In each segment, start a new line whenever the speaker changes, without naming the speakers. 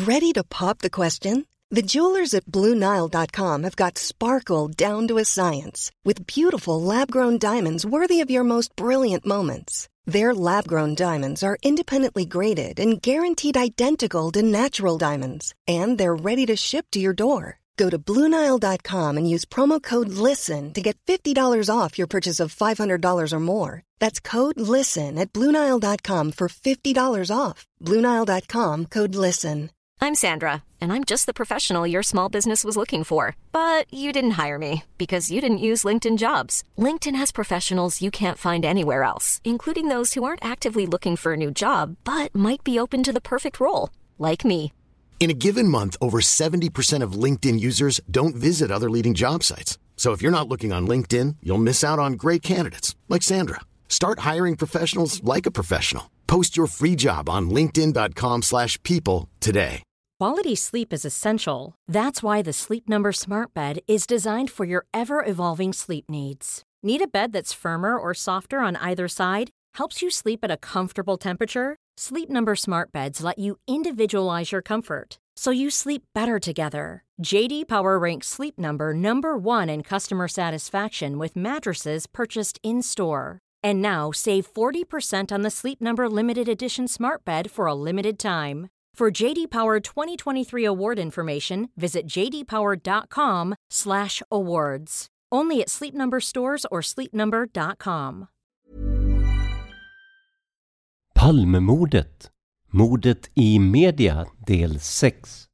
Ready to pop the question? The jewelers at BlueNile.com have got sparkle down to a science with beautiful lab-grown diamonds worthy of your most brilliant moments. Their lab-grown diamonds are independently graded and guaranteed identical to natural diamonds, and they're ready to ship to your door. Go to BlueNile.com and use promo code LISTEN to get $50 off your purchase of $500 or more. That's code LISTEN at BlueNile.com for $50 off. BlueNile.com, code LISTEN.
I'm Sandra, and I'm just the professional your small business was looking for. But you didn't hire me because you didn't use LinkedIn Jobs. LinkedIn has professionals you can't find anywhere else, including those who aren't actively looking for a new job, but might be open to the perfect role, like me.
In a given month, over 70% of LinkedIn users don't visit other leading job sites. So if you're not looking on LinkedIn, you'll miss out on great candidates like Sandra. Start hiring professionals like a professional. Post your free job on linkedin.com/people today.
Quality sleep is essential. That's why the Sleep Number Smart Bed is designed for your ever-evolving sleep needs. Need a bed that's firmer or softer on either side? Helps you sleep at a comfortable temperature? Sleep Number Smart Beds let you individualize your comfort, so you sleep better together. JD Power ranks Sleep Number #1 in customer satisfaction with mattresses purchased in-store. And now, save 40% on the Sleep Number Limited Edition Smart Bed for a limited time. For JD Power 2023 award information, visit jdpower.com/awards. Only at Sleep Number stores or sleepnumber.com.
Palmemordet. Mordet i media, del 6.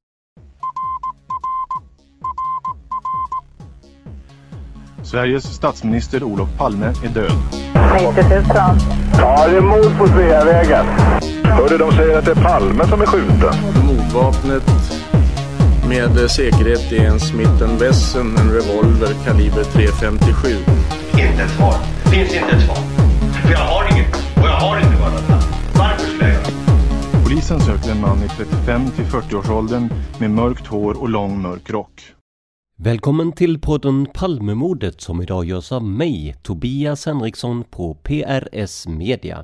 Sveriges statsminister Olof Palme är död.
90 000.
Ja, det är mord på Sveavägen. Hörde de säger att det är Palme som är skjuten.
Mordvapnet med säkerhet är en Smith & Wesson, en revolver kaliber .357.
Inte ett svar. Finns inte ett svar. För jag har inget. Och jag har inte varit där. Varför skulle jag göra?
Polisen söker en man i 35 till 40-årsåldern med mörkt hår och lång mörk rock.
Välkommen till podden Palmemordet som idag görs av mig, Tobias Henriksson på PRS Media.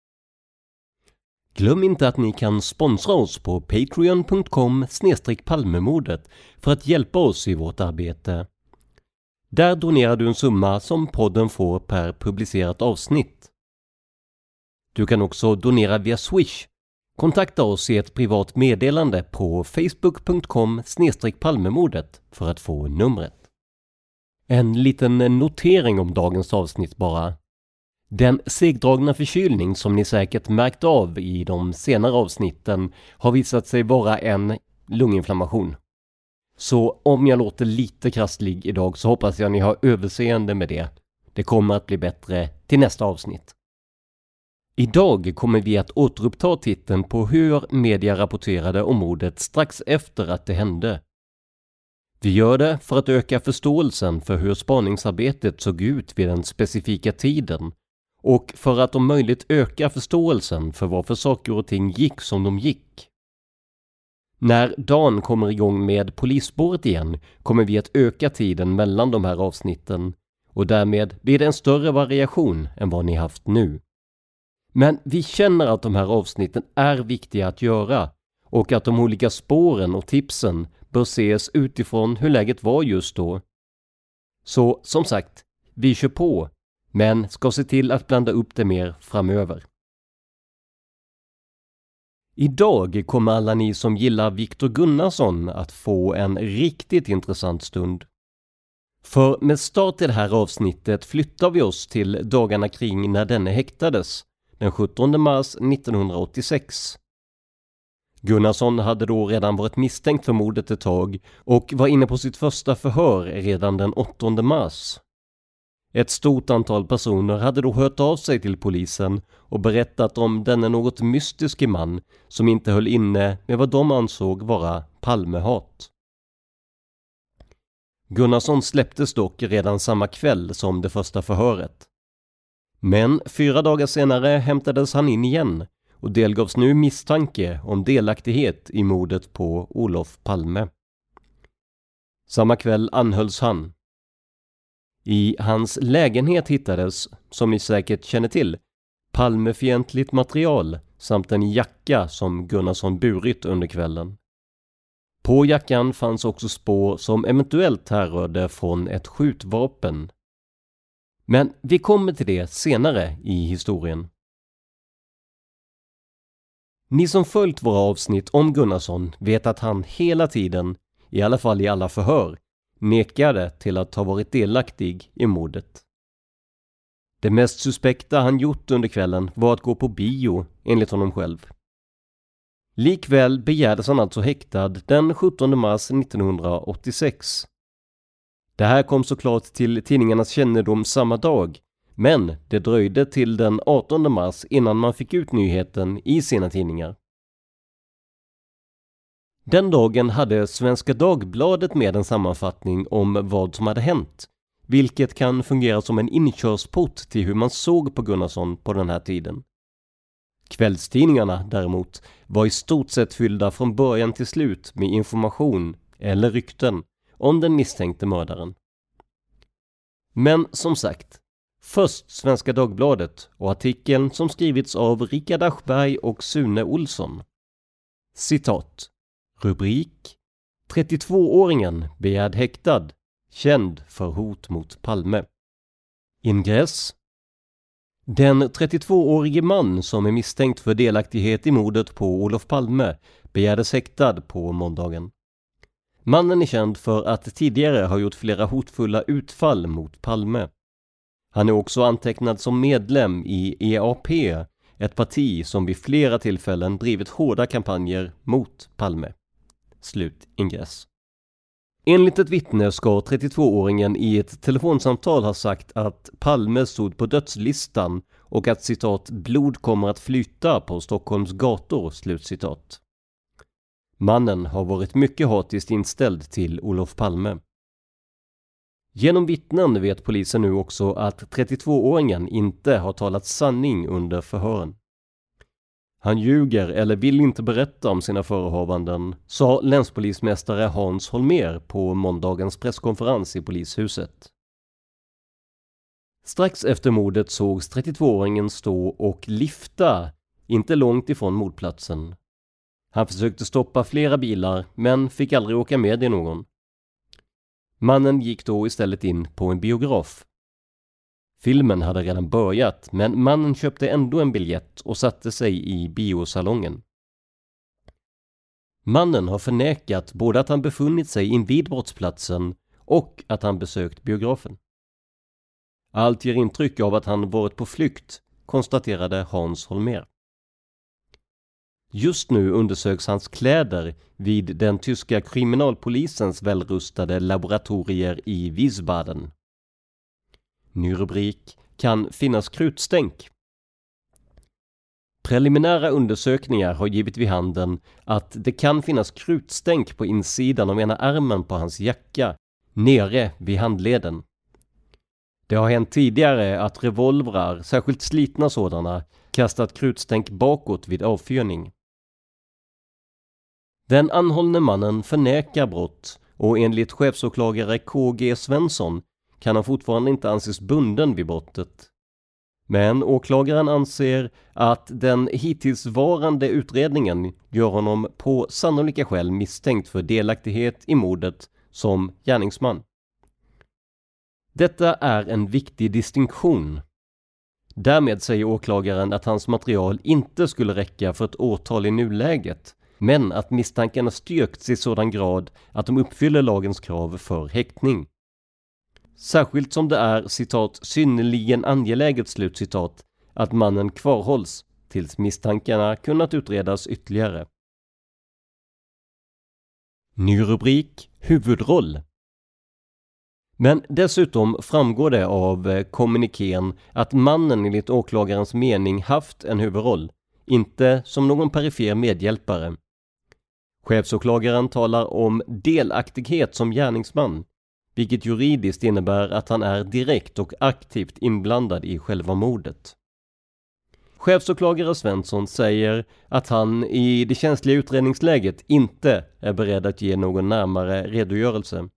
Glöm inte att ni kan sponsra oss på patreon.com/palmemordet för att hjälpa oss i vårt arbete. Där donerar du en summa som podden får per publicerat avsnitt. Du kan också donera via Swish. Kontakta oss i ett privat meddelande på facebook.com/palmemordet för att få numret. En liten notering om dagens avsnitt bara. Den segdragna förkylning som ni säkert märkt av i de senare avsnitten har visat sig vara en lunginflammation. Så om jag låter lite krasslig idag så hoppas jag ni har överseende med det. Det kommer att bli bättre till nästa avsnitt. Idag kommer vi att återuppta titeln på hur media rapporterade om mordet strax efter att det hände. Vi gör det för att öka förståelsen för hur spaningsarbetet såg ut vid den specifika tiden och för att om möjligt öka förståelsen för varför saker och ting gick som de gick. När Dan kommer igång med polisspåret igen kommer vi att öka tiden mellan de här avsnitten och därmed blir det en större variation än vad ni haft nu. Men vi känner att de här avsnitten är viktiga att göra och att de olika spåren och tipsen bör ses utifrån hur läget var just då. Så som sagt, vi kör på, men ska se till att blanda upp det mer framöver. Idag kommer alla ni som gillar Viktor Gunnarsson att få en riktigt intressant stund. För med start i det här avsnittet flyttar vi oss till dagarna kring när denne häktades, den 17 mars 1986. Gunnarsson hade då redan varit misstänkt för mordet ett tag och var inne på sitt första förhör redan den 8 mars. Ett stort antal personer hade då hört av sig till polisen och berättat om denne något mystiske man som inte höll inne med vad de ansåg vara Palmehat. Gunnarsson släpptes dock redan samma kväll som det första förhöret. Men 4 dagar senare hämtades han in igen och delgavs nu misstanke om delaktighet i mordet på Olof Palme. Samma kväll anhölls han. I hans lägenhet hittades, som ni säkert känner till, Palmefientligt material samt en jacka som Gunnarsson burit under kvällen. På jackan fanns också spår som eventuellt härrörde från ett skjutvapen. Men vi kommer till det senare i historien. Ni som följt våra avsnitt om Gunnarsson vet att han hela tiden, i alla fall i alla förhör, nekade till att ha varit delaktig i mordet. Det mest suspekta han gjort under kvällen var att gå på bio, enligt honom själv. Likväl begärdes han alltså häktad den 17 mars 1986. Det här kom såklart till tidningarnas kännedom samma dag, men det dröjde till den 18 mars innan man fick ut nyheten i sina tidningar. Den dagen hade Svenska Dagbladet med en sammanfattning om vad som hade hänt, vilket kan fungera som en inkörsport till hur man såg på Gunnarsson på den här tiden. Kvällstidningarna däremot var i stort sett fyllda från början till slut med information eller rykten om den misstänkte mördaren. Men som sagt, först Svenska Dagbladet och artikeln som skrivits av Rickard Aschberg och Sune Olsson. Citat. Rubrik: 32-åringen begärd häktad, känd för hot mot Palme. Ingress: den 32-årige man som är misstänkt för delaktighet i mordet på Olof Palme begärdes häktad på måndagen. Mannen är känd för att tidigare ha gjort flera hotfulla utfall mot Palme. Han är också antecknad som medlem i EAP, ett parti som vid flera tillfällen drivit hårda kampanjer mot Palme. Slut ingress. Enligt ett vittne ska 32-åringen i ett telefonsamtal ha sagt att Palme stod på dödslistan och att citat blod kommer att flyta på Stockholms gator, slutcitat. Mannen har varit mycket hatiskt inställd till Olof Palme. Genom vittnen vet polisen nu också att 32-åringen inte har talat sanning under förhören. Han ljuger eller vill inte berätta om sina förehavanden, sa länspolismästare Hans Holmér på måndagens presskonferens i polishuset. Strax efter mordet sågs 32-åringen stå och lifta, inte långt ifrån mordplatsen. Han försökte stoppa flera bilar men fick aldrig åka med i någon. Mannen gick då istället in på en biograf. Filmen hade redan börjat, men mannen köpte ändå en biljett och satte sig i biosalongen. Mannen har förnekat både att han befunnit sig invid brottsplatsen och att han besökt biografen. Allt ger intryck av att han varit på flykt, konstaterade Hans Holmér. Just nu undersöks hans kläder vid den tyska kriminalpolisens välrustade laboratorier i Wiesbaden. Ny rubrik: kan finnas krutstänk. Preliminära undersökningar har givit vid handen att det kan finnas krutstänk på insidan av ena ärmen på hans jacka, nere vid handleden. Det har hänt tidigare att revolvrar, särskilt slitna sådana, kastat krutstänk bakåt vid avfyrning. Den anhållne mannen förnekar brott och enligt chefsåklagare KG Svensson kan han fortfarande inte anses bunden vid brottet. Men åklagaren anser att den hittillsvarande utredningen gör honom på sannolika skäl misstänkt för delaktighet i mordet som gärningsman. Detta är en viktig distinktion. Därmed säger åklagaren att hans material inte skulle räcka för ett åtal i nuläget, men att misstankarna styrkts i sådan grad att de uppfyller lagens krav för häktning. Särskilt som det är, citat, synnerligen angeläget, slutcitat, att mannen kvarhålls tills misstankarna kunnat utredas ytterligare. Ny rubrik: huvudroll. Men dessutom framgår det av kommunikén att mannen enligt åklagarens mening haft en huvudroll, inte som någon perifer medhjälpare. Chefsåklagaren talar om delaktighet som gärningsman, vilket juridiskt innebär att han är direkt och aktivt inblandad i själva mordet. Chefsåklagare Svensson säger att han i det känsliga utredningsläget inte är beredd att ge någon närmare redogörelse.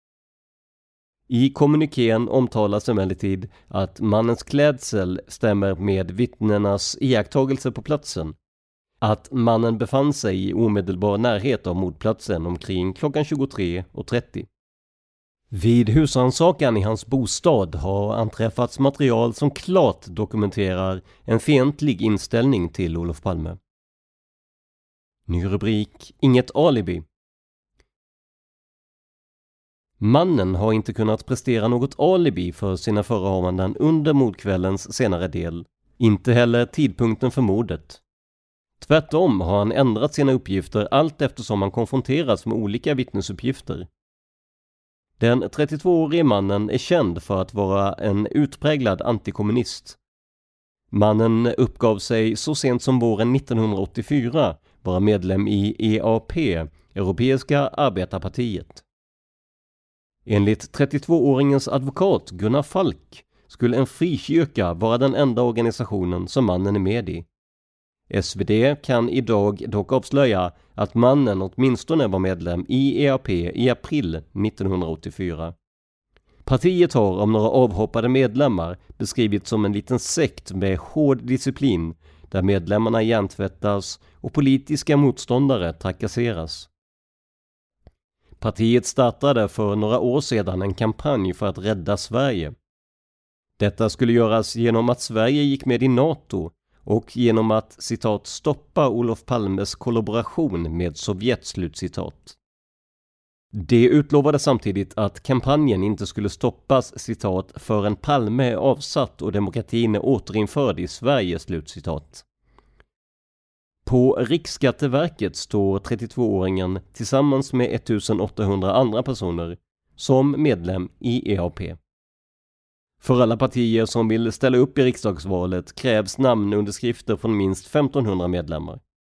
I kommunikén omtalas emellertid att mannens klädsel stämmer med vittnenas iakttagelser på platsen, att mannen befann sig i omedelbar närhet av mordplatsen omkring klockan 23:30. Vid husrannsakan i hans bostad har anträffats material som klart dokumenterar en fientlig inställning till Olof Palme. Ny rubrik: Inget alibi. Mannen har inte kunnat prestera något alibi för sina förehavanden under mordkvällens senare del, inte heller tidpunkten för mordet. Tvärtom har han ändrat sina uppgifter allt eftersom han konfronteras med olika vittnesuppgifter. Den 32-årige mannen är känd för att vara en utpräglad antikommunist. Mannen uppgav sig så sent som våren 1984 vara medlem i EAP, Europeiska arbetarpartiet. Enligt 32-åringens advokat Gunnar Falk skulle en frikyrka vara den enda organisationen som mannen är med i. SvD kan idag dock avslöja att mannen åtminstone var medlem i EAP i april 1984. Partiet har av några avhoppade medlemmar beskrivits som en liten sekt med hård disciplin där medlemmarna hjärntvättas och politiska motståndare trakasseras. Partiet startade för några år sedan en kampanj för att rädda Sverige. Detta skulle göras genom att Sverige gick med i NATO och genom att, citat, stoppa Olof Palmes kollaboration med Sovjet, slutcitat. Det utlovade samtidigt att kampanjen inte skulle stoppas, citat, förrän Palme är avsatt och demokratin är återinförd i Sverige, slutcitat. På Riksskatteverket står 32-åringen tillsammans med 1800 andra personer som medlem i EAP. För alla partier som vill ställa upp i riksdagsvalet krävs namnunderskrifter från minst 1500 medlemmar.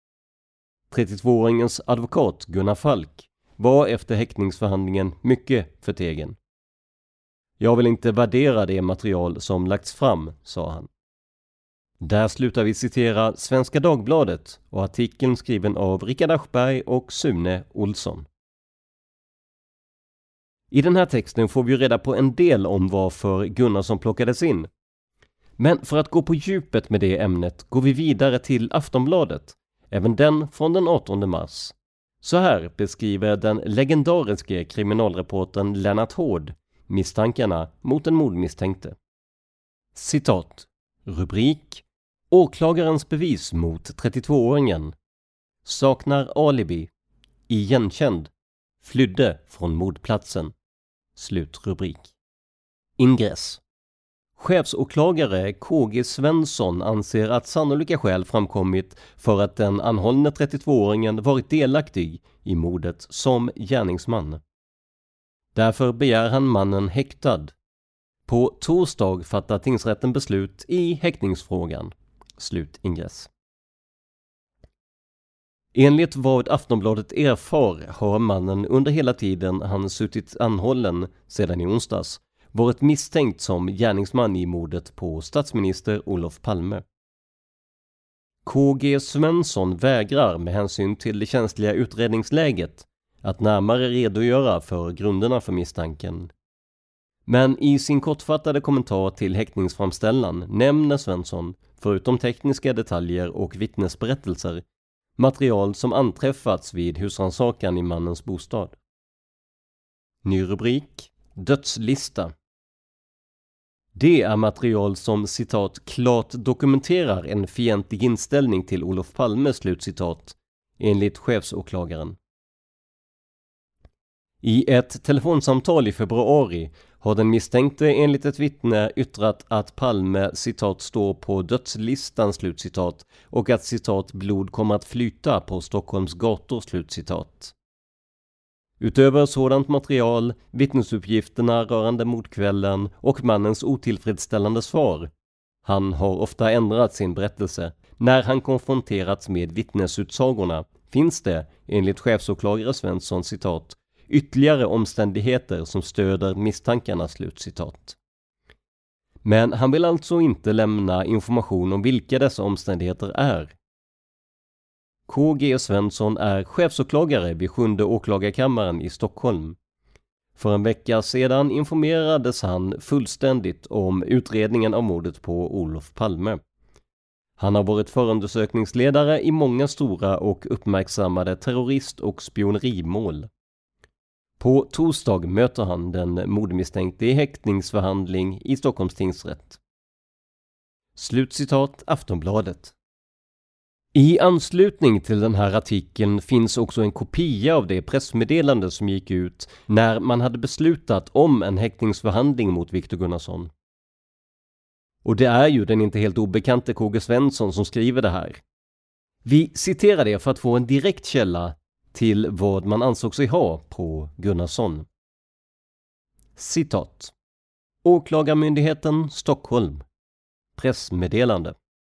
32-åringens advokat Gunnar Falk var efter häktningsförhandlingen mycket förtegen. Jag vill inte värdera det material som lagts fram, sa han. Där slutar vi citera Svenska Dagbladet och artikeln skriven av Rickard Aschberg och Sune Olsson. I den här texten får vi reda på en del om varför Gunnarsson plockades in. Men för att gå på djupet med det ämnet går vi vidare till Aftonbladet, även den från den 18 mars. Så här beskriver den legendariske kriminalreportern Lennart Hård misstankarna mot en mordmisstänkte. Citat. Rubrik: Åklagarens bevis mot 32-åringen. Saknar alibi. Igenkänd. Flydde från mordplatsen. Slutrubrik. Ingress. Chefsåklagare KG Svensson anser att sannolika skäl framkommit för att den anhållne 32-åringen varit delaktig i mordet som gärningsman. Därför begär han mannen häktad. På torsdag fattar tingsrätten beslut i häktningsfrågan. Slutingress. Enligt vad Aftonbladet erfar har mannen under hela tiden han suttit anhållen sedan i onsdags varit misstänkt som gärningsman i mordet på statsminister Olof Palme. KG Svensson vägrar med hänsyn till det känsliga utredningsläget att närmare redogöra för grunderna för misstanken. Men i sin kortfattade kommentar till häktningsframställan nämner Svensson, förutom tekniska detaljer och vittnesberättelser, material som anträffats vid husrannsakan i mannens bostad. Ny rubrik: Dödslista. Det är material som, citat, klart dokumenterar en fientlig inställning till Olof Palme, slutcitat, enligt chefsåklagaren. I ett telefonsamtal i februari har den misstänkte enligt ett vittne yttrat att Palme, citat, står på dödslistan, slutcitat, och att, citat, blod kommer att flyta på Stockholms gator, slutcitat. Utöver sådant material, vittnesuppgifterna rörande mordkvällen och mannens otillfredsställande svar. Han har ofta ändrat sin berättelse. När han konfronterats med vittnesutsagorna finns det, enligt chefsåklagare Svensson, citat, ytterligare omständigheter som stöder misstankarna, slutcitat. Men han vill alltså inte lämna information om vilka dessa omständigheter är. KG Svensson är chefsåklagare vid 7:e åklagarkammaren i Stockholm. För en vecka sedan informerades han fullständigt om utredningen av mordet på Olof Palme. Han har varit förundersökningsledare i många stora och uppmärksammade terrorist- och spionerimål. På torsdag möter han den mordmisstänkte i häktningsförhandling i Stockholms tingsrätt. Slutcitat Aftonbladet. I anslutning till den här artikeln finns också en kopia av det pressmeddelande som gick ut när man hade beslutat om en häktningsförhandling mot Viktor Gunnarsson. Och det är ju den inte helt obekante KG Svensson som skriver det här. Vi citerar det för att få en direkt källa till vad man ansåg sig ha på Gunnarsson. Citat. Åklagarmyndigheten Stockholm. Pressmeddelande.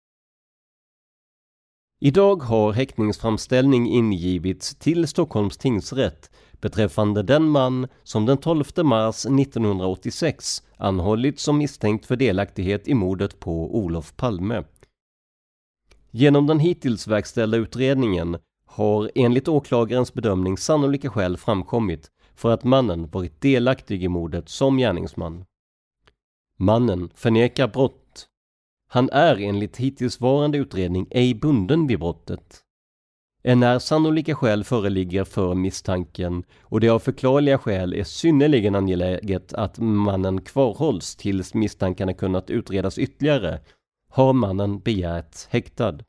Idag har häktningsframställning ingivits till Stockholms tingsrätt beträffande den man som den 12 mars 1986 anhållits som misstänkt för delaktighet i mordet på Olof Palme. Genom den hittills verkställda utredningen har enligt åklagarens bedömning sannolika skäl framkommit för att mannen varit delaktig i mordet som gärningsman. Mannen förnekar brott. Han är enligt hittillsvarande utredning ej bunden vid brottet. När sannolika skäl föreligger för misstanken och det av förklarliga skäl är synnerligen angeläget att mannen kvarhålls tills misstankarna kunnat utredas ytterligare, har mannen begärt häktad.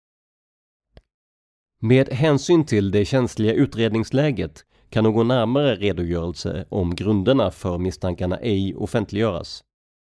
Med hänsyn till det känsliga utredningsläget kan någon närmare redogörelse om grunderna för misstankarna ej offentliggöras.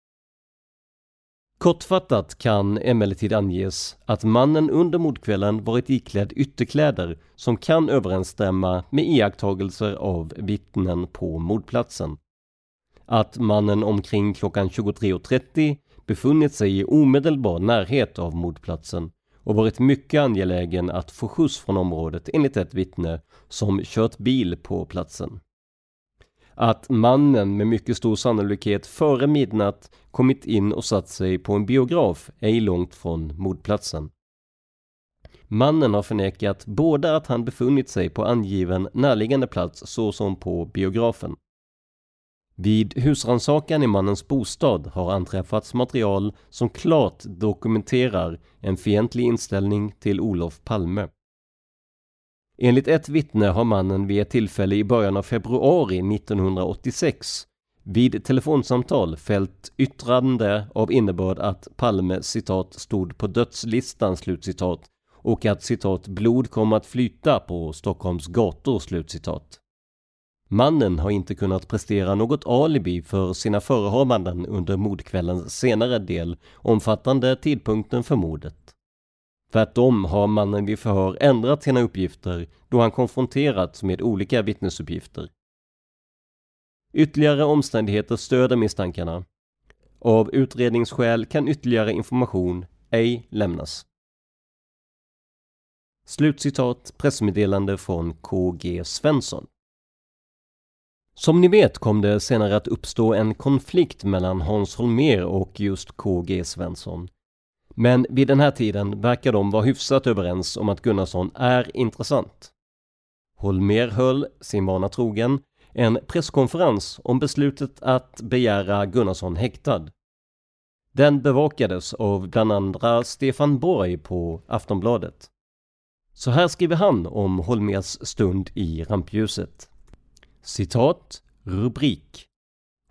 Kortfattat kan emellertid anges att mannen under mordkvällen varit iklädd ytterkläder som kan överensstämma med iakttagelser av vittnen på mordplatsen. Att mannen omkring klockan 23:30 befunnit sig i omedelbar närhet av mordplatsen och varit mycket angelägen att få skjuts från området enligt ett vittne som kört bil på platsen. Att mannen med mycket stor sannolikhet före midnatt kommit in och satt sig på en biograf ej långt från mordplatsen. Mannen har förnekat både att han befunnit sig på angiven närliggande plats såsom på biografen. Vid husrannsakan i mannens bostad har anträffats material som klart dokumenterar en fientlig inställning till Olof Palme. Enligt ett vittne har mannen vid ett tillfälle i början av februari 1986 vid telefonsamtal fällt yttrande av innebörd att Palme citat stod på dödslistan slutcitat och att citat blod kommer att flyta på Stockholms gator slutcitat. Mannen har inte kunnat prestera något alibi för sina förehavanden under mordkvällens senare del omfattande tidpunkten för mordet. Tvärtom har mannen vid förhör ändrat sina uppgifter då han konfronterats med olika vittnesuppgifter. Ytterligare omständigheter stöder misstankarna. Av utredningsskäl kan ytterligare information ej lämnas. Slutcitat pressmeddelande från KG Svensson. Som ni vet kom det senare att uppstå en konflikt mellan Hans Holmér och just KG Svensson. Men vid den här tiden verkar de vara hyfsat överens om att Gunnarsson är intressant. Holmér höll, sin vana trogen, en presskonferens om beslutet att begära Gunnarsson häktad. Den bevakades av bland andra Stefan Borg på Aftonbladet. Så här skriver han om Holmérs stund i rampljuset. Citat, rubrik. Holmér :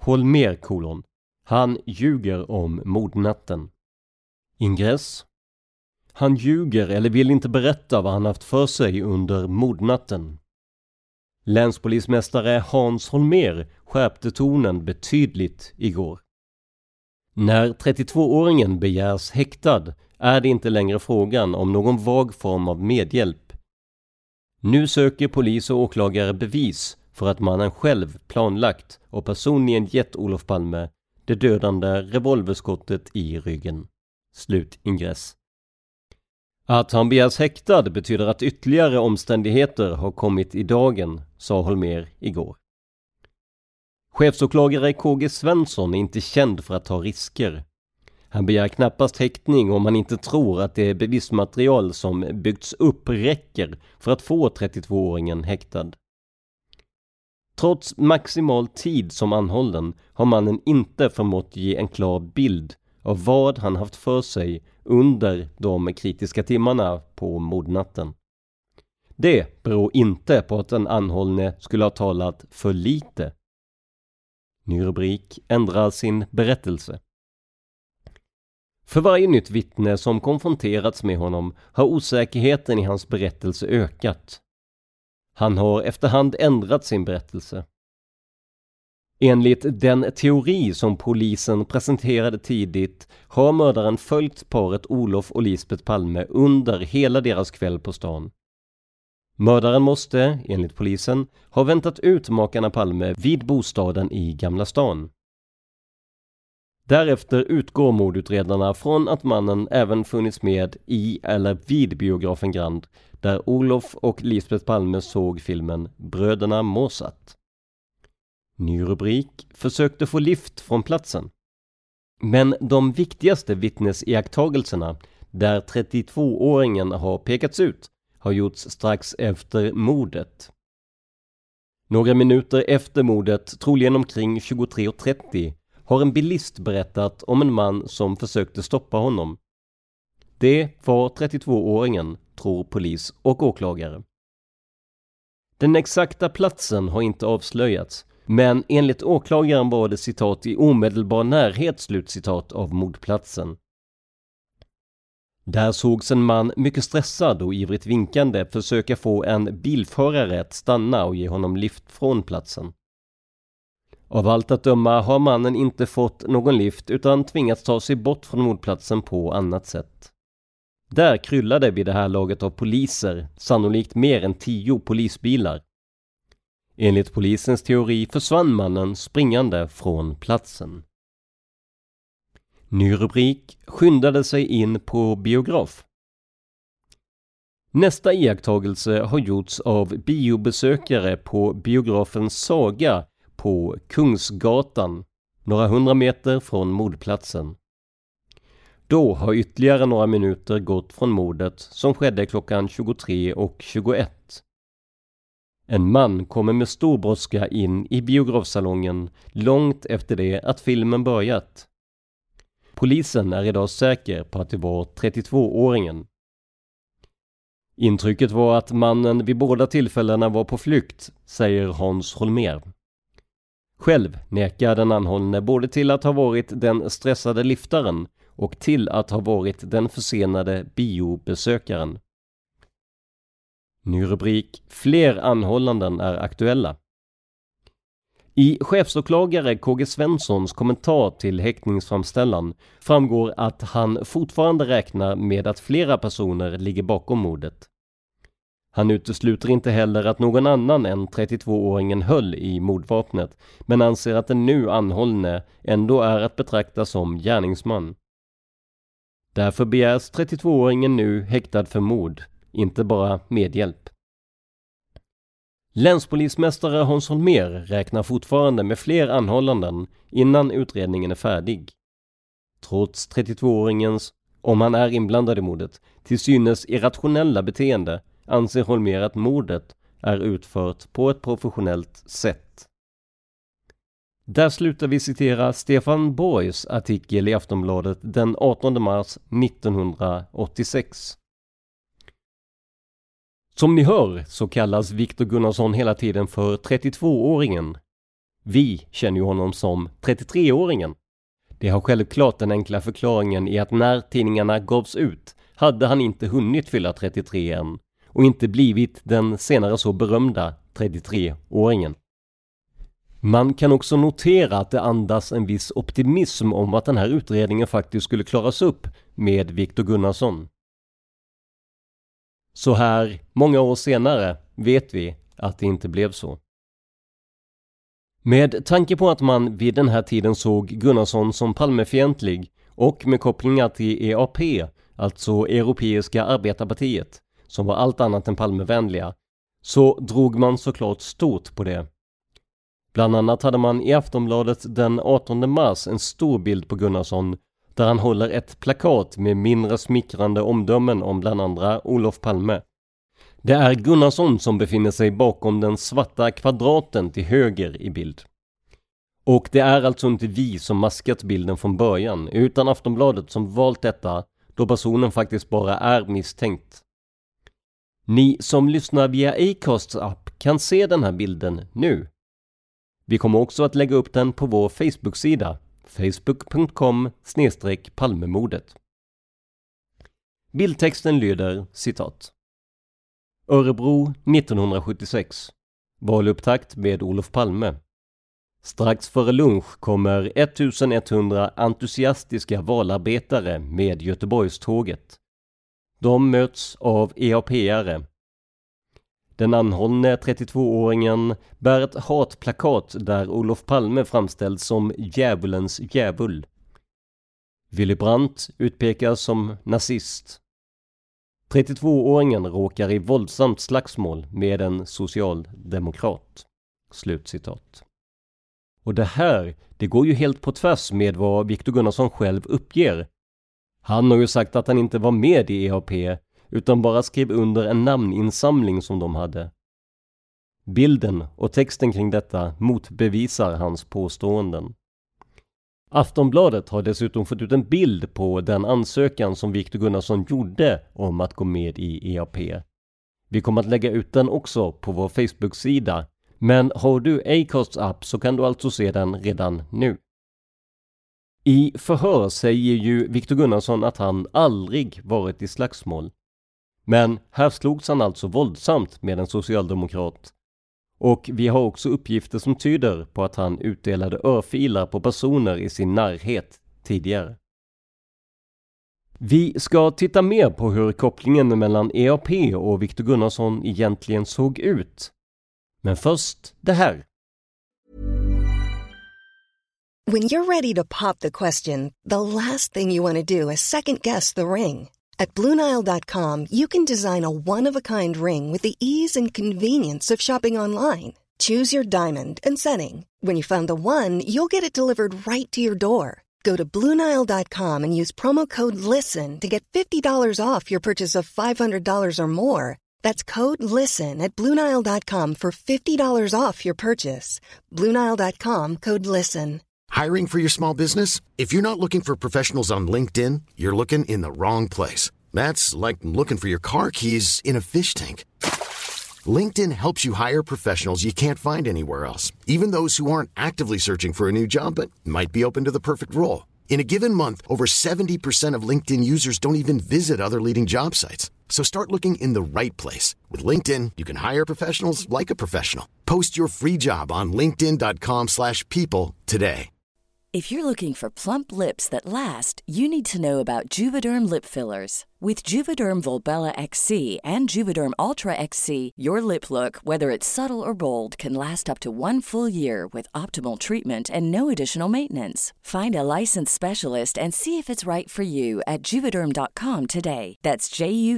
Han ljuger om mordnatten. Ingress. Han ljuger eller vill inte berätta vad han haft för sig under mordnatten. Länspolismästare Hans Holmér skärpte tonen betydligt igår. När 32-åringen begärs häktad är det inte längre frågan om någon vag form av medhjälp. Nu söker polis och åklagare bevis för att mannen själv planlagt och personligen gett Olof Palme det dödande revolverskottet i ryggen. Slutingress. Att han begärs häktad betyder att ytterligare omständigheter har kommit i dagen, sa Holmér igår. Chefsåklagare KG Svensson är inte känd för att ta risker. Han begär knappast häktning om man inte tror att det bevismaterial som byggts upp räcker för att få 32-åringen häktad. Trots maximal tid som anhållen har mannen inte förmått ge en klar bild av vad han haft för sig under de kritiska timmarna på mordnatten. Det beror inte på att den anhållne skulle ha talat för lite. Ny rubrik ändrar sin berättelse. För varje nytt vittne som konfronterats med honom har osäkerheten i hans berättelse ökat. Han har efterhand ändrat sin berättelse. Enligt den teori som polisen presenterade tidigt har mördaren följt paret Olof och Lisbeth Palme under hela deras kväll på stan. Mördaren måste, enligt polisen, ha väntat ut makarna Palme vid bostaden i Gamla stan. Därefter utgår mordutredarna från att mannen även funnits med i eller vid biografen Grand, där Olof och Lisbeth Palme såg filmen Bröderna Måsat. Ny rubrik försökte få lift från platsen. Men de viktigaste vittnesiakttagelserna, där 32-åringen har pekats ut, har gjorts strax efter mordet. Några minuter efter mordet, troligen omkring 23:30, har en bilist berättat om en man som försökte stoppa honom. Det var 32-åringen, tror polis och åklagare. Den exakta platsen har inte avslöjats, men enligt åklagaren var det citat i omedelbar närhet slutcitat av mordplatsen. Där sågs en man mycket stressad och ivrigt vinkande försöka få en bilförare att stanna och ge honom lift från platsen. Av allt att döma har mannen inte fått någon lift utan tvingats ta sig bort från mordplatsen på annat sätt. Där kryllade vid det här laget av poliser, sannolikt mer än 10 polisbilar. Enligt polisens teori försvann mannen springande från platsen. Ny rubrik skyndade sig in på biograf. Nästa iakttagelse har gjorts av biobesökare på biografen Saga på Kungsgatan, några 100 meter från mordplatsen. Då har ytterligare några minuter gått från mordet som skedde klockan 23:21. En man kommer med stor brådska in i biografsalongen långt efter det att filmen börjat. Polisen är idag säker på att det var 32-åringen. Intrycket var att mannen vid båda tillfällena var på flykt, säger Hans Holmér. Själv nekar den anhållne både till att ha varit den stressade liftaren och till att ha varit den försenade biobesökaren. Ny rubrik: fler anhållanden är aktuella. I chefsåklagare KG Svenssons kommentar till häktningsframställan framgår att han fortfarande räknar med att flera personer ligger bakom mordet. Han utesluter inte heller att någon annan än 32-åringen höll i mordvapnet, men anser att den nu anhållne ändå är att betrakta som gärningsman. Därför begärs 32-åringen nu häktad för mord, inte bara medhjälp. Länspolismästare Hans Holmér räknar fortfarande med fler anhållanden innan utredningen är färdig. Trots 32-åringens, om han är inblandad i mordet, till synes irrationella beteende anser Holmér att mordet är utfört på ett professionellt sätt. Där slutar vi citera Stefan Borgs artikel i Aftonbladet den 18 mars 1986. Som ni hör så kallas Viktor Gunnarsson hela tiden för 32-åringen. Vi känner ju honom som 33-åringen. Det har självklart den enkla förklaringen i att när tidningarna gavs ut hade han inte hunnit fylla 33 än och inte blivit den senare så berömda 33-åringen. Man kan också notera att det andas en viss optimism om att den här utredningen faktiskt skulle klaras upp med Viktor Gunnarsson. Så här många år senare vet vi att det inte blev så. Med tanke på att man vid den här tiden såg Gunnarsson som Palmefientlig och med kopplingar till EAP, alltså Europeiska arbetarpartiet, som var allt annat än Palmevänliga, så drog man såklart stort på det. Bland annat hade man i Aftonbladet den 18 mars en stor bild på Gunnarsson där han håller ett plakat med mindre smickrande omdömen om bland andra Olof Palme. Det är Gunnarsson som befinner sig bakom den svarta kvadraten till höger i bild. Och det är alltså inte vi som maskat bilden från början, utan Aftonbladet som valt detta, då personen faktiskt bara är misstänkt. Ni som lyssnar via Acasts app kan se den här bilden nu. Vi kommer också att lägga upp den på vår Facebook-sida, facebook.com/Palmemordet. Bildtexten lyder, citat: Örebro 1976. Valupptakt med Olof Palme. Strax före lunch kommer 1100 entusiastiska valarbetare med Göteborgståget. De möts av EAP-are. Den anhållne 32-åringen bär ett hatplakat där Olof Palme framställs som djävulens djävul. Willy Brandt utpekas som nazist. 32-åringen råkar i våldsamt slagsmål med en socialdemokrat. Slutcitat. Och det går ju helt på tvärs med vad Viktor Gunnarsson själv uppger. Han har ju sagt att han inte var med i EAP utan bara skrev under en namninsamling som de hade. Bilden och texten kring detta motbevisar hans påståenden. Aftonbladet har dessutom fått ut en bild på den ansökan som Viktor Gunnarsson gjorde om att gå med i EAP. Vi kommer att lägga ut den också på vår Facebook-sida, men har du Acasts app så kan du alltså se den redan nu. I förhör säger ju Viktor Gunnarsson att han aldrig varit i slagsmål. Men här slogs han alltså våldsamt med en socialdemokrat. Och vi har också uppgifter som tyder på att han utdelade örfilar på personer i sin närhet tidigare. Vi ska titta mer på hur kopplingen mellan EAP och Viktor Gunnarsson egentligen såg ut. Men först det här.
When you're ready to pop the question, the last thing you want to do is second guess the ring. At BlueNile.com you can design a one-of-a-kind ring with the ease and convenience of shopping online. Choose your diamond and setting. When you find the one, you'll get it delivered right to your door. Go to BlueNile.com and use promo code LISTEN to get $50 off your purchase of $500 or more. That's code LISTEN at BlueNile.com for $50 off your purchase. BlueNile.com, code LISTEN.
Hiring for your small business? If you're not looking for professionals on LinkedIn, you're looking in the wrong place. That's like looking for your car keys in a fish tank. LinkedIn helps you hire professionals you can't find anywhere else, even those who aren't actively searching for a new job but might be open to the perfect role. In a given month, over 70% of LinkedIn users don't even visit other leading job sites. So start looking in the right place. With LinkedIn, you can hire professionals like a professional. Post your free job on linkedin.com/people today.
If you're looking for plump lips that last, you need to know about Juvederm lip fillers. With Juvederm Volbella XC and Juvederm Ultra XC, your lip look, whether it's subtle or bold, can last up to 1 full year with optimal treatment and no additional maintenance. Find a licensed specialist and see if it's right for you at Juvederm.com today. That's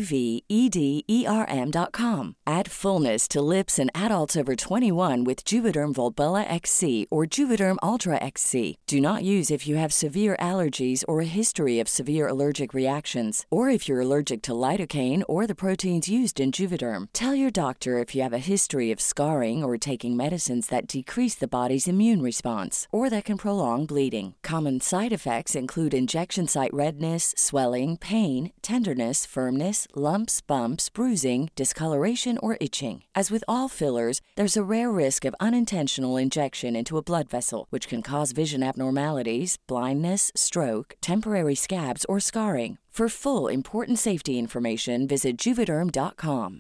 JUVEDERM.com. Add fullness to lips in adults over 21 with Juvederm Volbella XC or Juvederm Ultra XC. Do not use if you have severe allergies or a history of severe allergic reactions, or if you're allergic to lidocaine or the proteins used in Juvederm. Tell your doctor if you have a history of scarring or taking medicines that decrease the body's immune response or that can prolong bleeding. Common side effects include injection site redness, swelling, pain, tenderness, firmness, lumps, bumps, bruising, discoloration, or itching. As with all fillers, there's a rare risk of unintentional injection into a blood vessel, which can cause vision abnormalities, blindness, stroke, temporary scabs, or scarring. For full important safety information, visit Juvederm.com.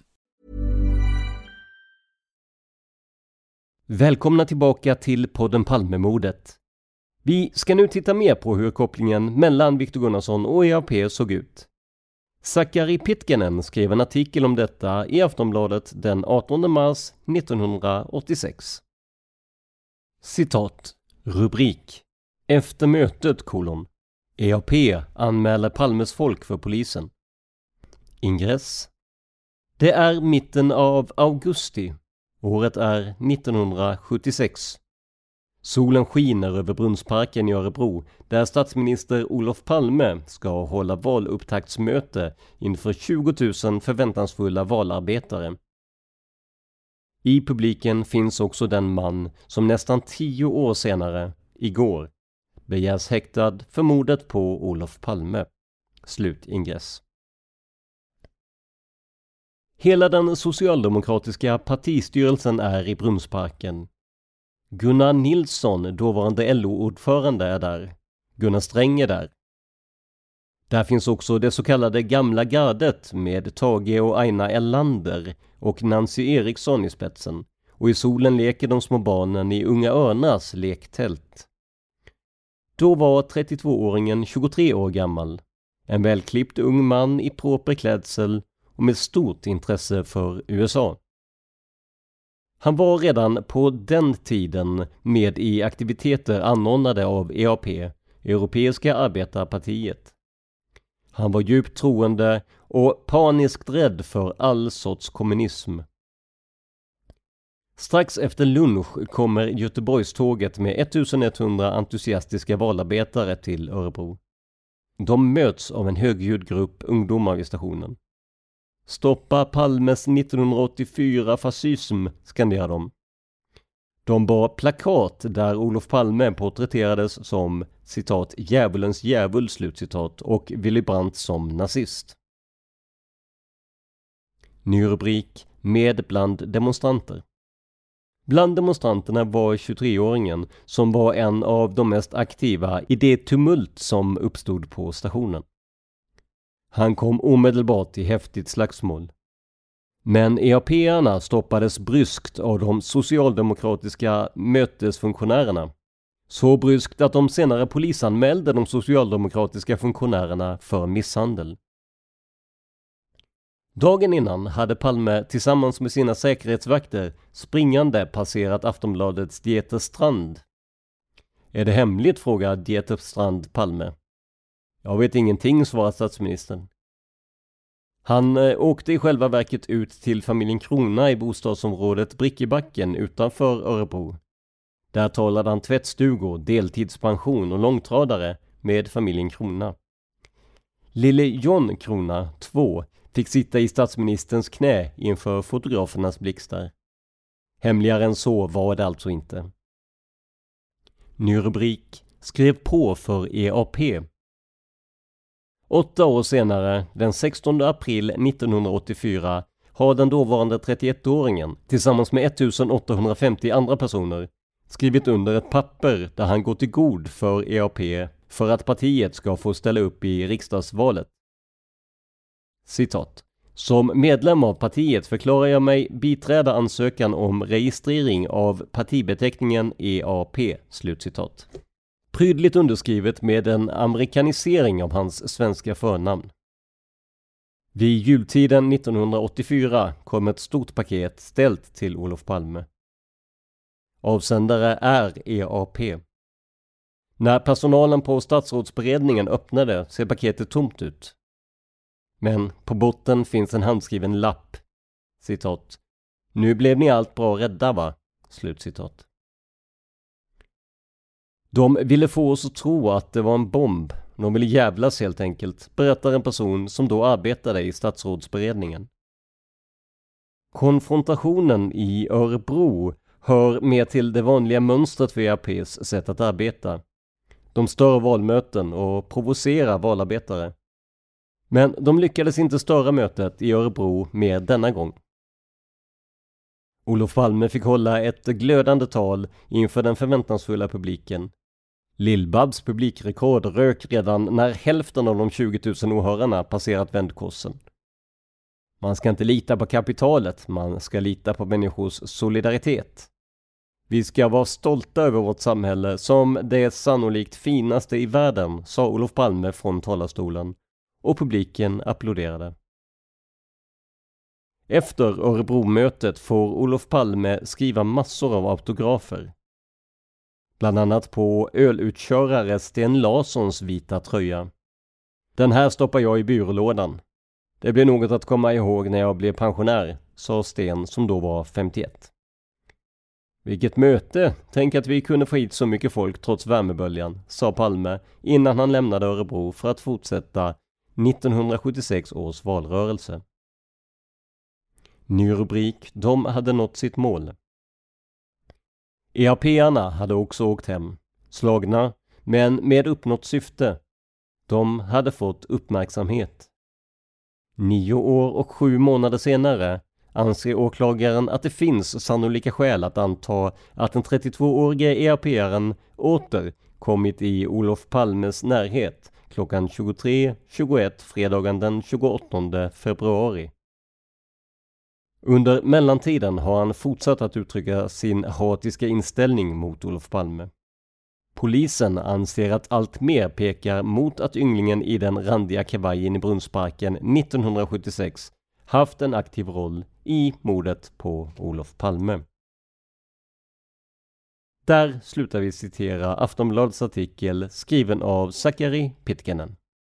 Välkomna tillbaka till podden Palmemordet. Vi ska nu titta mer på hur kopplingen mellan Viktor Gunnarsson och EAP såg ut. Sakari Pitkänen skrev en artikel om detta i Aftonbladet den 18 mars 1986. Citat. Rubrik. Efter mötet, EAP anmäler Palmes folk för polisen. Ingress. Det är mitten av augusti. Året är 1976. Solen skiner över Brunnsparken i Örebro där statsminister Olof Palme ska hålla valupptaktsmöte inför 20 000 förväntansfulla valarbetare. I publiken finns också den man som nästan 10 år senare igår. Begärs häktad för mordet på Olof Palme. Slutingress. Hela den socialdemokratiska partistyrelsen är i Brunnsparken. Gunnar Nilsson, dåvarande LO-ordförande, är där. Gunnar Sträng är där. Där finns också det så kallade gamla gardet med Tage och Aina Erlander och Nancy Eriksson i spetsen. Och i solen leker de små barnen i Unga Örnars lektält. Då var 32-åringen 23 år gammal. En välklippt ung man i proper klädsel och med stort intresse för USA. Han var redan på den tiden med i aktiviteter anordnade av EAP, Europeiska arbetarpartiet. Han var djupt troende och paniskt rädd för all sorts kommunism. Strax efter lunch kommer Göteborgståget med 1100 entusiastiska valarbetare till Örebro. De möts av en högljudd grupp ungdomar vid stationen. Stoppa Palmes 1984 fascism, skanderar de. De bar plakat där Olof Palme porträtterades som citat djävulens djävul, slutcitat, och Willy Brandt som nazist. Ny rubrik: med bland demonstranter. Bland demonstranterna var 23-åringen som var en av de mest aktiva i det tumult som uppstod på stationen. Han kom omedelbart i häftigt slagsmål. Men EAP-arna stoppades bryskt av de socialdemokratiska mötesfunktionärerna. Så bryskt att de senare polisanmälde de socialdemokratiska funktionärerna för misshandel. Dagen innan hade Palme tillsammans med sina säkerhetsvakter springande passerat Aftonbladets Dieter Strand. Är det hemligt, frågar Dieter Strand Palme. Jag vet ingenting, svarar statsministern. Han åkte i själva verket ut till familjen Krona i bostadsområdet Brickebacken utanför Örebro. Där talade han tvättstugor, deltidspension och långtradare med familjen Krona. Lille John Krona, 2, fick sitta i statsministerns knä inför fotografernas blixtar. Hemligare än så var det alltså inte. Ny rubrik: skrev på för EAP. 8 år senare, den 16 april 1984, har den dåvarande 31-åringen tillsammans med 1850 andra personer skrivit under ett papper där han går till god för EAP för att partiet ska få ställa upp i riksdagsvalet. Citat: som medlem av partiet förklarar jag mig biträda ansökan om registrering av partibeteckningen EAP. Slutcitat. Prydligt underskrivet med en amerikanisering av hans svenska förnamn. Vid jultiden 1984 kom ett stort paket ställt till Olof Palme. Avsändare är EAP. När personalen på statsrådsberedningen öppnade ser paketet tomt ut. Men på botten finns en handskriven lapp. Citat: nu blev ni allt bra rädda, va? Slutcitat. De ville få oss att tro att det var en bomb. De ville jävlas helt enkelt, berättar en person som då arbetade i statsrådsberedningen. Konfrontationen i Örebro hör med till det vanliga mönstret för EAPs sätt att arbeta. De stör valmöten och provocerar valarbetare. Men de lyckades inte störa mötet i Örebro mer denna gång. Olof Palme fick hålla ett glödande tal inför den förväntansfulla publiken. Lill-Babs publikrekord rök redan när hälften av de 20 000 åhörarna passerat vändkorsen. Man ska inte lita på kapitalet, man ska lita på människors solidaritet. Vi ska vara stolta över vårt samhälle som det sannolikt finaste i världen, sa Olof Palme från talarstolen, och publiken applåderade. Efter Örebro-mötet får Olof Palme skriva massor av autografer. Bland annat på ölutkörare Sten Larssons vita tröja. Den här stoppar jag i byrålådan. Det blir något att komma ihåg när jag blev pensionär, sa Sten som då var 51. Vilket möte! Tänk att vi kunde få hit så mycket folk trots värmeböljan, sa Palme innan han lämnade Örebro för att fortsätta 1976 års valrörelse. Ny rubrik: de hade nått sitt mål. EAP-arna hade också åkt hem. slagna, men med uppnått syfte. De hade fått uppmärksamhet. 9 år och 7 månader senare anser åklagaren att det finns sannolika skäl att anta att den 32-årige EAP-aren åter kommit i Olof Palmes närhet klockan 23:21 fredagen den 28 februari. Under mellantiden har han fortsatt att uttrycka sin hatiska inställning mot Olof Palme. Polisen anser att allt mer pekar mot att ynglingen i den randiga kavajen i Brunnsparken 1976 haft en aktiv roll i mordet på Olof Palme. Där slutar vi citera Aftonbladets artikel skriven av Sakari Pitkänen.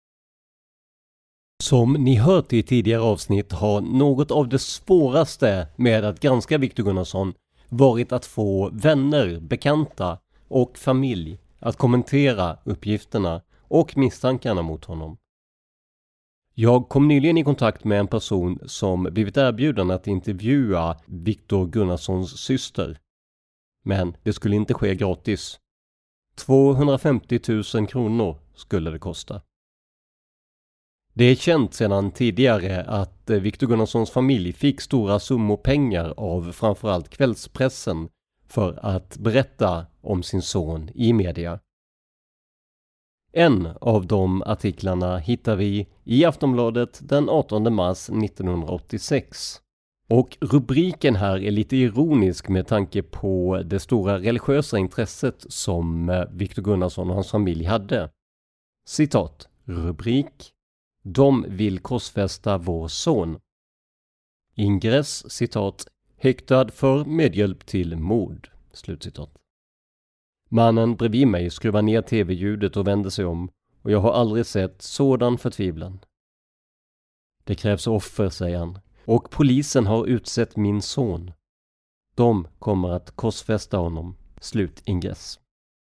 Som ni hört i tidigare avsnitt har något av det svåraste med att granska Viktor Gunnarsson varit att få vänner, bekanta och familj att kommentera uppgifterna och misstankarna mot honom. Jag kom nyligen i kontakt med en person som blivit erbjuden att intervjua Viktor Gunnarssons syster. Men det skulle inte ske gratis. 250 000 kronor skulle det kosta. Det är känt sedan tidigare att Viktor Gunnarssons familj fick stora summor pengar av framförallt kvällspressen för att berätta om sin son i media. En av de artiklarna hittar vi i Aftonbladet den 18 mars 1986. Och rubriken här är lite ironisk med tanke på det stora religiösa intresset som Viktor Gunnarsson och hans familj hade. Citat, rubrik: De vill korsfästa vår son. Ingress, citat, häktad för medhjälp till mord. Slutcitat. Mannen bredvid mig skruvar ner tv-ljudet och vänder sig om, och jag har aldrig sett sådan förtvivlan. Det krävs offer, säger han, och polisen har utsett min son. De kommer att korsfästa honom. Slutingress.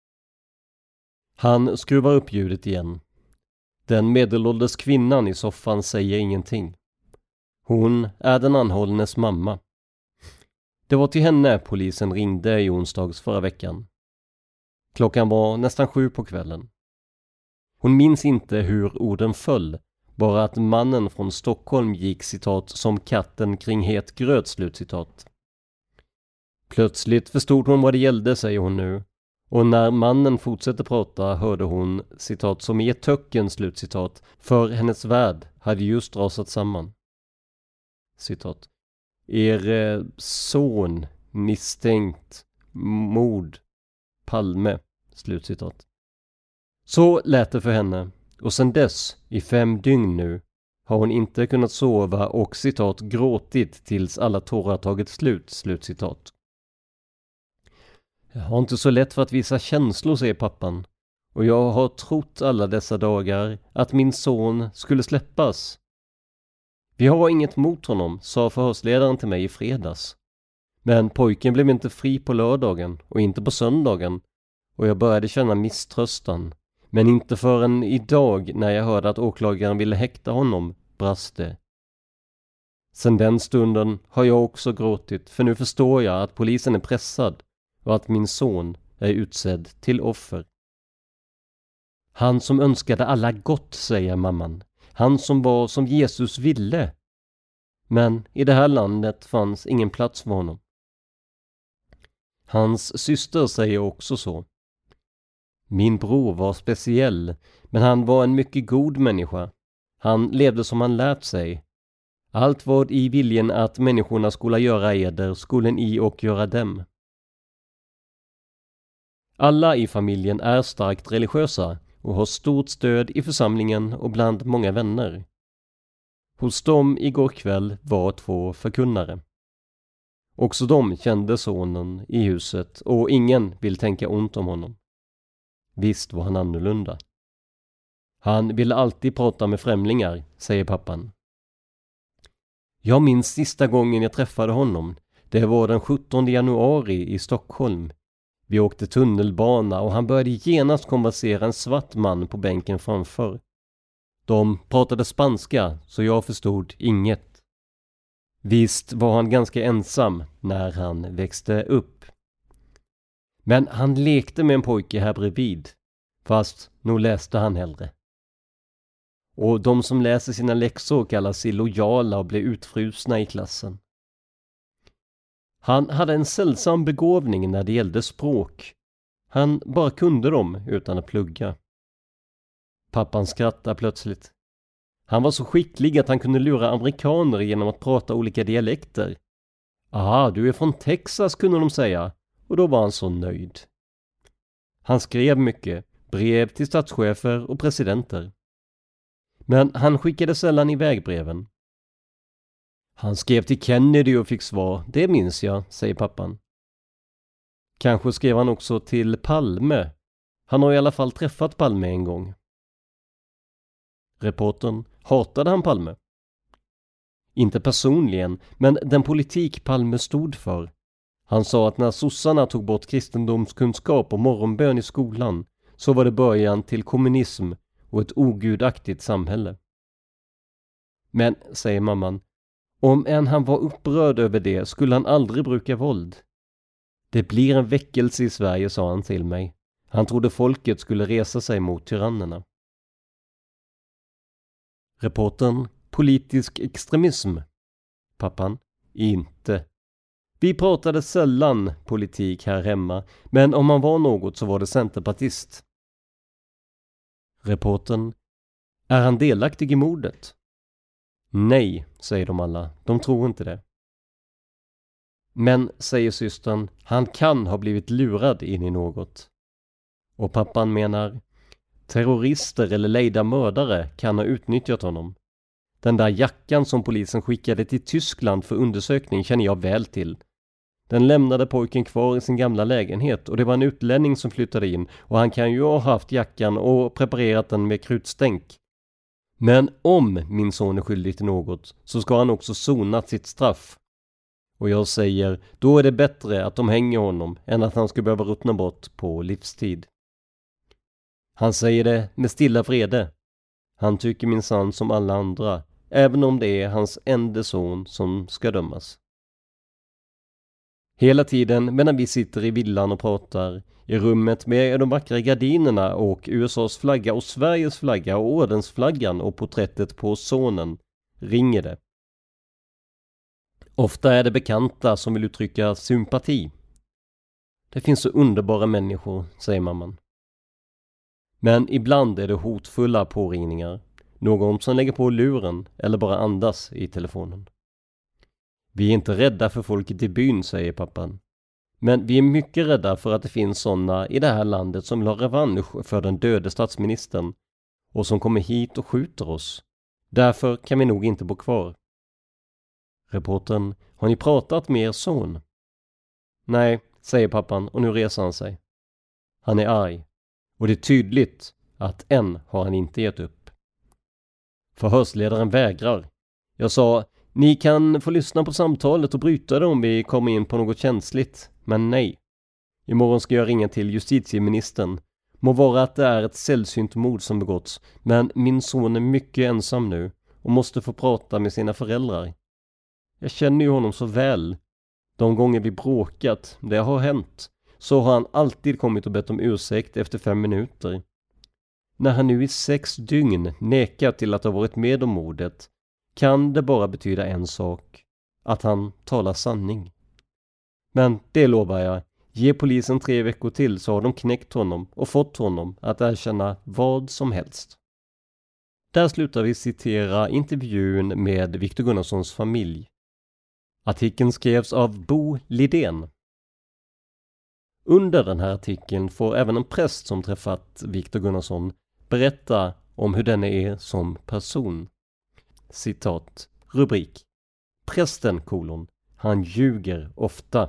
Han skruvar upp ljudet igen. Den medelålders kvinnan i soffan säger ingenting. Hon är den anhållnes mamma. Det var till henne polisen ringde i onsdags förra veckan. Klockan var nästan 7 på kvällen. Hon minns inte hur orden föll, bara att mannen från Stockholm gick, citat, som katten kring het gröt, slutcitat. Plötsligt förstod hon vad det gällde, säger hon nu. Och när mannen fortsätter prata hörde hon, citat, som i ett töcken, slutcitat, för hennes värld hade just rasat samman. Citat. Er son misstänkt mord Palme, slutcitat. Så lät det för henne, och sedan dess, i 5 dygn nu, har hon inte kunnat sova och, citat, gråtit tills alla tårar tagit slut, slutcitat. Jag har inte så lätt för att visa känslor, säger pappan, och jag har trott alla dessa dagar att min son skulle släppas. Vi har inget mot honom, sa förhörsledaren till mig i fredags. Men pojken blev inte fri på lördagen och inte på söndagen, och jag började känna misströstan. Men inte förrän idag, när jag hörde att åklagaren ville häkta honom, brast det. Sen den stunden har jag också gråtit, för nu förstår jag att polisen är pressad och att min son är utsedd till offer. Han som önskade alla gott, säger mamman. Han som var som Jesus ville. Men i det här landet fanns ingen plats för honom. Hans syster säger också så. Min bror var speciell, men han var en mycket god människa. Han levde som han lärt sig. Allt vad i viljen att människorna skulle göra eder, skulle i och göra dem. Alla i familjen är starkt religiösa och har stort stöd i församlingen och bland många vänner. Hos dem igår kväll var 2 förkunnare. Också de kände sonen i huset och ingen vill tänka ont om honom. Visst var han annorlunda. Han ville alltid prata med främlingar, säger pappan. Jag minns sista gången jag träffade honom. Det var den 17 januari i Stockholm. Vi åkte tunnelbana och han började genast konversera en svart man på bänken framför. De pratade spanska så jag förstod inget. Visst var han ganska ensam när han växte upp. Men han lekte med en pojke här bredvid, fast nog läste han hellre. Och de som läser sina läxor kallas illojala och blir utfrusna i klassen. Han hade en sällsam begåvning när det gällde språk. Han bara kunde dem utan att plugga. Pappan skrattade plötsligt. Han var så skicklig att han kunde lura amerikaner genom att prata olika dialekter. Aha, du är från Texas, kunde de säga, och då var han så nöjd. Han skrev mycket, brev till statschefer och presidenter. Men han skickade sällan iväg breven. Han skrev till Kennedy och fick svar, det minns jag, säger pappan. Kanske skrev han också till Palme. Han har i alla fall träffat Palme en gång. Reportern, hatade han Palme? Inte personligen, men den politik Palme stod för. Han sa att när sossarna tog bort kristendomskunskap och morgonbön i skolan så var det början till kommunism och ett ogudaktigt samhälle. Men, säger mamman, om än han var upprörd över det skulle han aldrig bruka våld. Det blir en väckelse i Sverige, sa han till mig. Han trodde folket skulle resa sig mot tyrannerna. Reportern, politisk extremism. Pappan, inte. Vi pratade sällan politik här hemma, men om man var något så var det centerpartist. Reportern, är han delaktig i mordet? Nej, säger de alla. De tror inte det. Men, säger systern, han kan ha blivit lurad in i något. Och pappan menar, terrorister eller lejda mördare kan ha utnyttjat honom. Den där jackan som polisen skickade till Tyskland för undersökning känner jag väl till. Den lämnade pojken kvar i sin gamla lägenhet och det var en utlänning som flyttade in och han kan ju ha haft jackan och preparerat den med krutstänk. Men om min son är skyldig till något så ska han också sona sitt straff. Och jag säger, då är det bättre att de hänger honom än att han ska behöva ruttna bort på livstid. Han säger det med stilla vrede. Han tycker minsann som alla andra, även om det är hans enda son som ska dömas. Hela tiden medan vi sitter i villan och pratar, i rummet med de vackra gardinerna och USAs flagga och Sveriges flagga och ordensflaggan och porträttet på sonen, ringer det. Ofta är det bekanta som vill uttrycka sympati. Det finns så underbara människor, säger mamman. Men ibland är det hotfulla påringningar. Någon som lägger på luren eller bara andas i telefonen. Vi är inte rädda för folket i byn, säger pappan. Men vi är mycket rädda för att det finns sådana i det här landet som vill ha revansch för den döde statsministern och som kommer hit och skjuter oss. Därför kan vi nog inte bo kvar. Reportern, har ni pratat med er son? Nej, säger pappan och nu reser han sig. Han är arg. Och det är tydligt att än har han inte gett upp. Förhörsledaren vägrar. Jag sa, ni kan få lyssna på samtalet och bryta det om vi kommer in på något känsligt. Men nej. Imorgon ska jag ringa till justitieministern. Må vara att det är ett sällsynt mord som begåtts. Men min son är mycket ensam nu och måste få prata med sina föräldrar. Jag känner ju honom så väl. De gånger vi bråkat, det har hänt. Så har han alltid kommit och bett om ursäkt efter 5 minuter. När han nu i 6 dygn nekar till att ha varit med om mordet kan det bara betyda en sak. Att han talar sanning. Men det lovar jag. Ge polisen 3 veckor till så har de knäckt honom och fått honom att erkänna vad som helst. Där slutar vi citera intervjun med Victor Gunnarssons familj. Artikeln skrevs av Bo Lidén. Under den här artikeln får även en präst som träffat Victor Gunnarsson berätta om hur denne är som person. Citat, rubrik. Prästen, han ljuger ofta.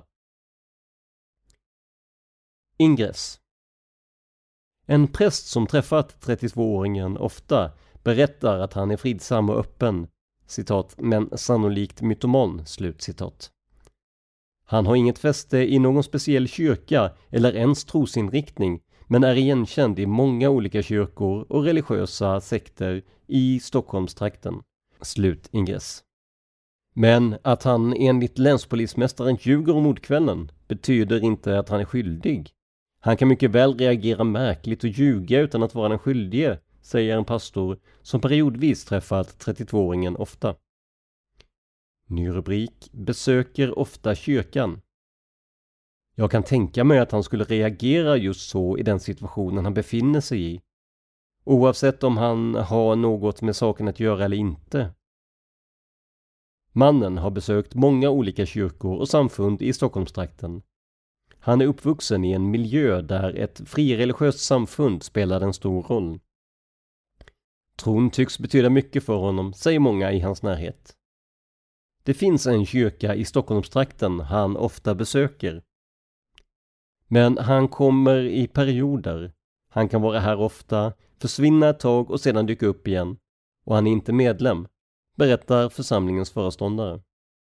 Ingress. En präst som träffat 32-åringen ofta berättar att han är fridsam och öppen. Citat, men sannolikt mytoman, slutcitat. Han har inget fäste i någon speciell kyrka eller ens trosinriktning, men är igenkänd i många olika kyrkor och religiösa sekter i Stockholmstrakten. Slutingress. Men att han enligt länspolismästaren ljuger om mordkvällen betyder inte att han är skyldig. Han kan mycket väl reagera märkligt och ljuga utan att vara den skyldige, säger en pastor som periodvis träffat 32-åringen ofta. Ny rubrik: besöker ofta kyrkan. Jag kan tänka mig att han skulle reagera just så i den situationen han befinner sig i, oavsett om han har något med saken att göra eller inte. Mannen har besökt många olika kyrkor och samfund i Stockholmstrakten. Han är uppvuxen i en miljö där ett frireligiöst samfund spelar en stor roll. Tron tycks betyda mycket för honom, säger många i hans närhet. Det finns en kyrka i Stockholmstrakten han ofta besöker. Men han kommer i perioder. Han kan vara här ofta, försvinna ett tag och sedan dyka upp igen. Och han är inte medlem, berättar församlingens föreståndare.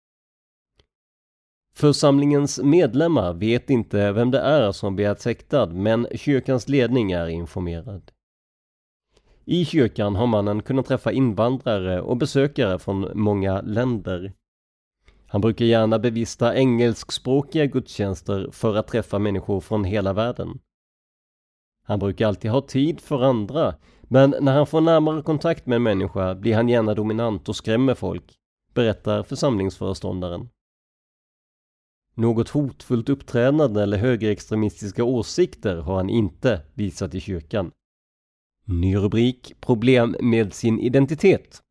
Församlingens medlemmar vet inte vem det är som begärts häktad, men kyrkans ledning är informerad. I kyrkan har mannen kunnat träffa invandrare och besökare från många länder. Han brukar gärna bevista engelskspråkiga gudstjänster för att träffa människor från hela världen. Han brukar alltid ha tid för andra, men när han får närmare kontakt med en människa blir han gärna dominant och skrämmer folk, berättar församlingsföreståndaren. Något hotfullt uppträdande eller högerextremistiska åsikter har han inte visat i kyrkan. Ny rubrik: problem med sin identitet.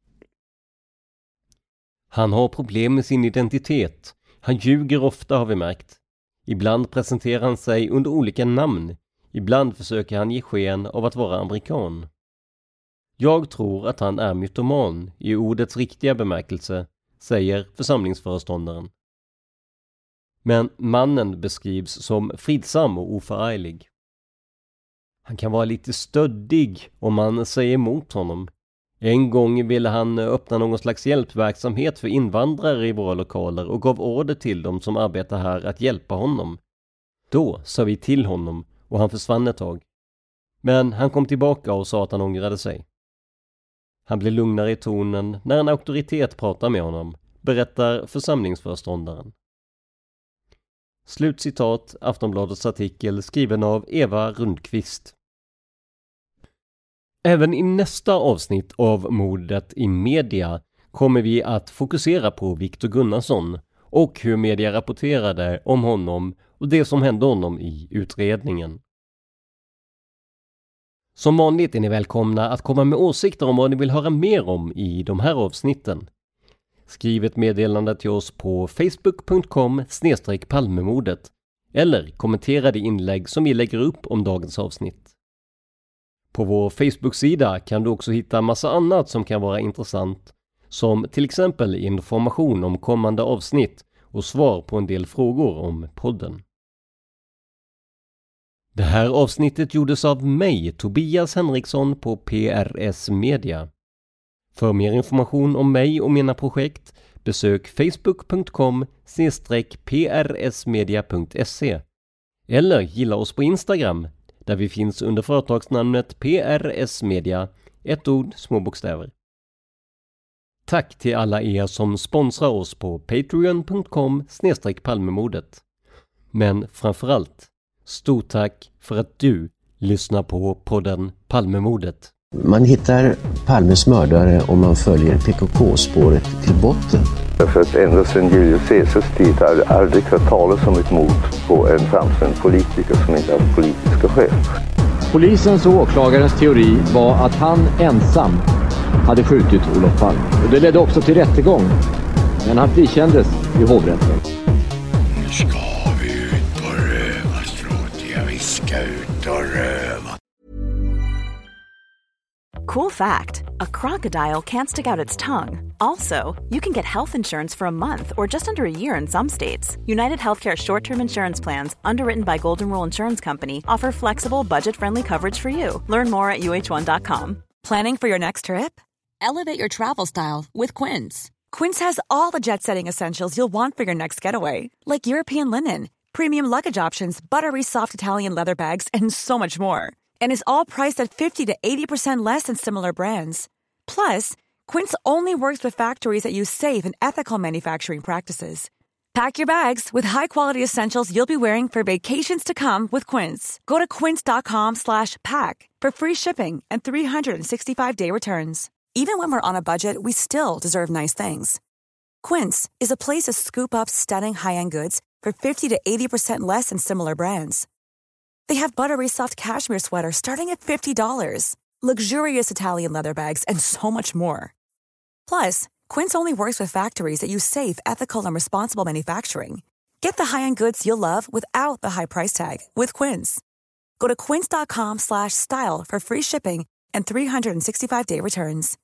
Han har problem med sin identitet. Han ljuger ofta, har vi märkt. Ibland presenterar han sig under olika namn. Ibland försöker han ge sken av att vara amerikan. Jag tror att han är mytoman i ordets riktiga bemärkelse, säger församlingsföreståndaren. Men mannen beskrivs som fridsam och oförarglig. Han kan vara lite stöddig om man säger emot honom. En gång ville han öppna någon slags hjälpverksamhet för invandrare i våra lokaler och gav order till dem som arbetar här att hjälpa honom. Då sa vi till honom och han försvann ett tag. Men han kom tillbaka och sa att han ångrade sig. Han blir lugnare i tonen när en auktoritet pratar med honom, berättar församlingsföreståndaren. Slutcitat Aftonbladets artikel skriven av Eva Rundqvist. Även i nästa avsnitt av Mordet i media kommer vi att fokusera på Viktor Gunnarsson och hur media rapporterade om honom och det som hände honom i utredningen. Som vanligt är ni välkomna att komma med åsikter om vad ni vill höra mer om i de här avsnitten. Skriv ett meddelande till oss på facebook.com/palmemordet eller kommentera det inlägg som vi lägger upp om dagens avsnitt. På vår Facebook-sida kan du också hitta massa annat som kan vara intressant, som till exempel information om kommande avsnitt och svar på en del frågor om podden. Det här avsnittet gjordes av mig, Tobias Henriksson på PRS Media. För mer information om mig och mina projekt besök facebook.com/prsmedia.se eller gilla oss på Instagram där vi finns under företagsnamnet PRS Media, ett ord, små bokstäver. Tack till alla er som sponsrar oss på patreon.com/palmemordet. Men framförallt, stort tack för att du lyssnar på podden Palmemordet.
Man hittar Palmes mördare om man följer PKK-spåret till botten.
För att ända sedan Julius Caesars tid har det aldrig hört talas om ett mord på en framstående politiker som inte har politiska skäl.
Polisens och åklagarens teori var att han ensam hade skjutit Olof Palme. Och det ledde också till rättegång. Men han frikändes i hovrätten.
Nu ska vi ut på rövarstråt. Ja, vi ska ut och röva.
Cool fact, a crocodile can't stick out its tongue. Also, you can get health insurance for a month or just under a year in some states. United Healthcare short-term insurance plans, underwritten by Golden Rule Insurance Company, offer flexible, budget-friendly coverage for you. Learn more at uh1.com.
Planning for your next trip? Elevate your travel style with Quince. Quince has all the jet-setting essentials you'll want for your next getaway, like European linen, premium luggage options, buttery soft Italian leather bags, and so much more. And is all priced at 50 to 80% less than similar brands. Plus, Quince only works with factories that use safe and ethical manufacturing practices. Pack your bags with high-quality essentials you'll be wearing for vacations to come with Quince. Go to quince.com/pack for free shipping and 365-day returns. Even when we're on a budget, we still deserve nice things. Quince is a place to scoop up stunning high-end goods for 50 to 80% less than similar brands. They have buttery soft cashmere sweaters starting at $50, luxurious Italian leather bags, and so much more. Plus, Quince only works with factories that use safe, ethical, and responsible manufacturing. Get the high-end goods you'll love without the high price tag with Quince. Go to quince.com/style for free shipping and 365-day returns.